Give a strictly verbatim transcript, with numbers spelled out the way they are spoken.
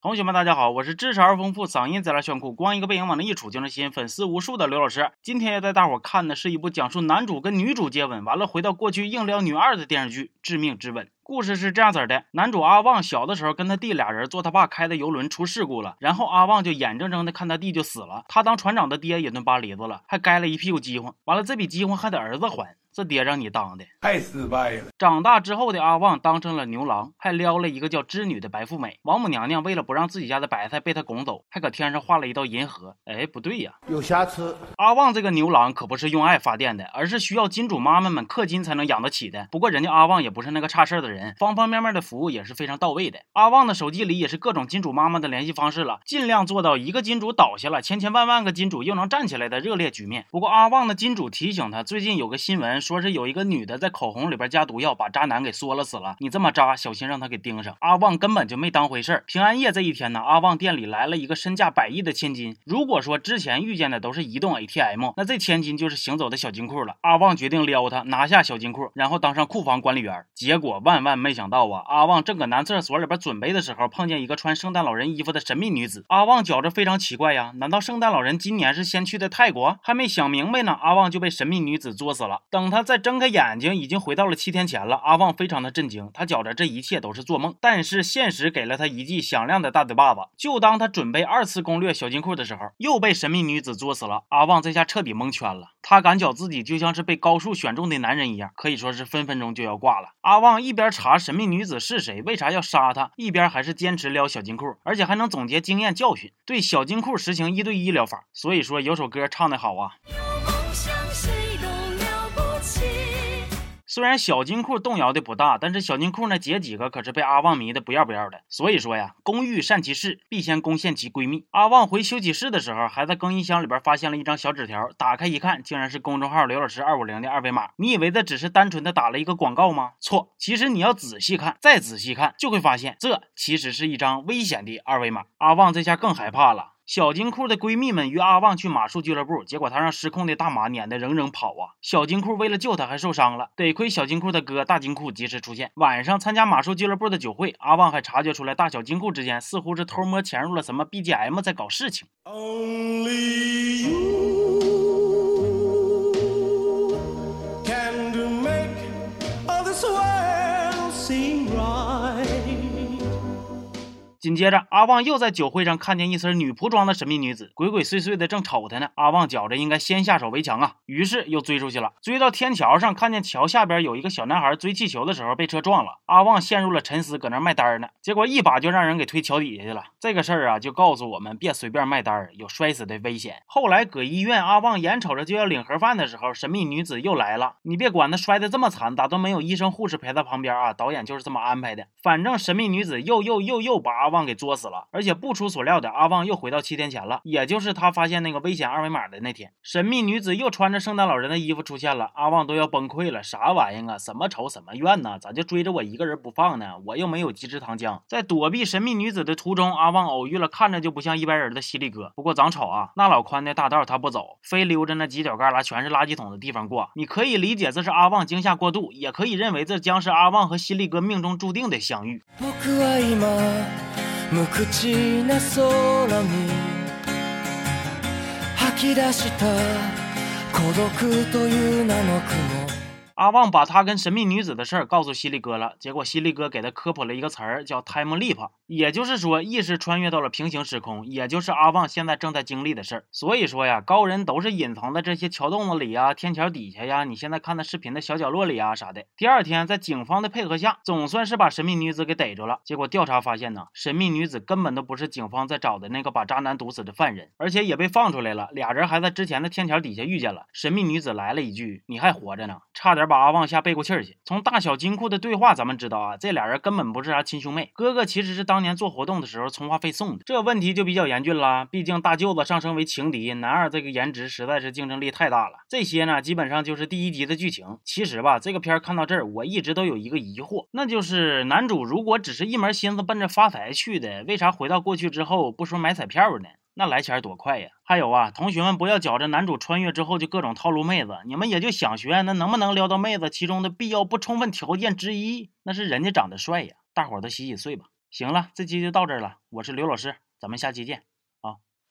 同学们大家好，我是知识而丰富，嗓音贼拉炫酷，光一个背影往那一杵就能吸引粉丝无数的刘老师。今天要带大伙看的是一部讲述男主跟女主接吻完了回到过去硬撩女二的电视剧《致命之吻》。故事是这样子的，男主阿旺小的时候跟他弟俩人坐他爸开的游轮出事故了，然后阿旺就眼睁睁的看他弟就死了，他当船长的爹也顿巴黎子了，还该了一屁股饥荒，完了这笔饥荒还得儿子还，这爹让你当的太失败了。 长大之后的阿旺当成了牛郎，还撩了一个叫织女的白富美。王母娘娘为了不让自己家的白菜被他拱走，还搁天上画了一道银河。哎，不对呀， 有瑕疵。 阿旺这个牛郎可不是用爱发电的，而是需要金主妈妈们氪金才能养得起的。不过人家阿旺也不是那个差事的人，方方面面的服务也是非常到位的。阿旺的手机里也是各种金主妈妈的联系方式了，尽量做到一个金主倒下了，千千万万个金主又能站起来的热烈局面。不过阿旺的金主提醒他，最近有个新闻说是有一个女的在口红里边加毒药，把渣男给缩了死了，你这么渣小心让他给盯上。阿旺根本就没当回事儿。平安夜这一天呢，阿旺店里来了一个身价百亿的千金。如果说之前遇见的都是移动 A T M， 那这千金就是行走的小金库了。阿旺决定撩他，拿下小金库，然后当上库房管理员。结果万万没想到啊，阿旺正搁男厕所里边准备的时候，碰见一个穿圣诞老人衣服的神秘女子。阿旺觉着非常奇怪呀，难道圣诞老人今年是先去的泰国？还没想明白呢，阿旺就被神秘女子作死了。等他再睁开眼睛，已经回到了七天前了。阿旺非常的震惊，他觉着这一切都是做梦，但是现实给了他一记响亮的大嘴巴子。就当他准备二次攻略小金库的时候，又被神秘女子作死了。阿旺这下彻底蒙圈了，他感觉自己就像是被高数选中的男人一样，可以说是分分钟就要挂了。阿旺一边查神秘女子是谁，为啥要杀她，一边还是坚持撩小金库，而且还能总结经验教训，对小金库实行一对一疗法。所以说有首歌唱得好啊，虽然小金库动摇的不大，但是小金库那姐几个可是被阿旺迷的不要不要的。所以说呀，工欲善其事，必先攻陷其闺蜜。阿旺回休息室的时候，还在更衣箱里边发现了一张小纸条，打开一看，竟然是公众号刘老师二五零的二维码。你以为这只是单纯的打了一个广告吗？错，其实你要仔细看，再仔细看，就会发现这其实是一张危险的二维码。阿旺这下更害怕了。小金库的闺蜜们约阿旺去马术俱乐部，结果他让失控的大马撵得扔扔跑啊！小金库为了救他还受伤了，得亏小金库的哥大金库及时出现。晚上参加马术俱乐部的酒会，阿旺还察觉出来大小金库之间似乎是偷摸潜入了什么 B G M 在搞事情。Only you can make all this world seem right。紧接着阿旺又在酒会上看见一身女仆装的神秘女子，鬼鬼祟祟的正瞅他呢。阿旺觉着应该先下手为强啊，于是又追出去了。追到天桥上，看见桥下边有一个小男孩追气球的时候被车撞了。阿旺陷入了沉思，搁那卖单呢，结果一把就让人给推桥底下去了。这个事儿啊就告诉我们别随便卖单，有摔死的危险。后来搁医院，阿旺眼瞅着就要领盒饭的时候，神秘女子又来了。你别管他摔得这么惨，咋都没有医生护士陪在旁边啊，导演就是这么安排的。反正神秘女子又又又又把阿旺给作死了。而且不出所料的，阿旺又回到七天前了，也就是他发现那个危险二维码的那天。神秘女子又穿着圣诞老人的衣服出现了，阿旺都要崩溃了，啥玩意啊，什么仇什么怨呢，咋就追着我一个人不放呢？我又没有及时糖浆。在躲避神秘女子的途中，阿旺偶遇了看着就不像一般人的犀利哥，不过长瞅啊，那老宽的大道他不走，非溜着那犄角旮旯全是垃圾桶的地方过。你可以理解这是阿旺惊吓过度，也可以认为这将是阿旺和犀利哥命中注定的相遇。無口な空に吐き出した孤独という名の雲。阿旺把他跟神秘女子的事儿告诉犀利哥了，结果犀利哥给他科普了一个词儿叫 time leap， 也就是说意识穿越到了平行时空，也就是阿旺现在正在经历的事儿。所以说呀，高人都是隐藏在这些桥洞子里呀、天桥底下呀，你现在看的视频的小角落里啊啥的。第二天在警方的配合下，总算是把神秘女子给逮住了。结果调查发现呢，神秘女子根本都不是警方在找的那个把渣男毒死的犯人，而且也被放出来了。俩人还在之前的天桥底下遇见了。神秘女子来了一句：“你还活着呢。”差点把阿旺吓背过气儿去。从大小金库的对话咱们知道啊，这俩人根本不是啥亲兄妹，哥哥其实是当年做活动的时候充话费送的。这问题就比较严峻了，毕竟大舅子上升为情敌，男二这个颜值实在是竞争力太大了。这些呢基本上就是第一集的剧情。其实吧，这个片看到这儿我一直都有一个疑惑，那就是男主如果只是一门心思奔着发财去的，为啥回到过去之后不说买彩票呢？那来钱多快呀！还有啊，同学们不要觉着男主穿越之后就各种套路妹子，你们也就想学，那能不能撩到妹子其中的必要不充分条件之一，那是人家长得帅呀。大伙儿都洗洗睡吧。 行了，这期就到这儿了，我是刘老师，咱们下期见。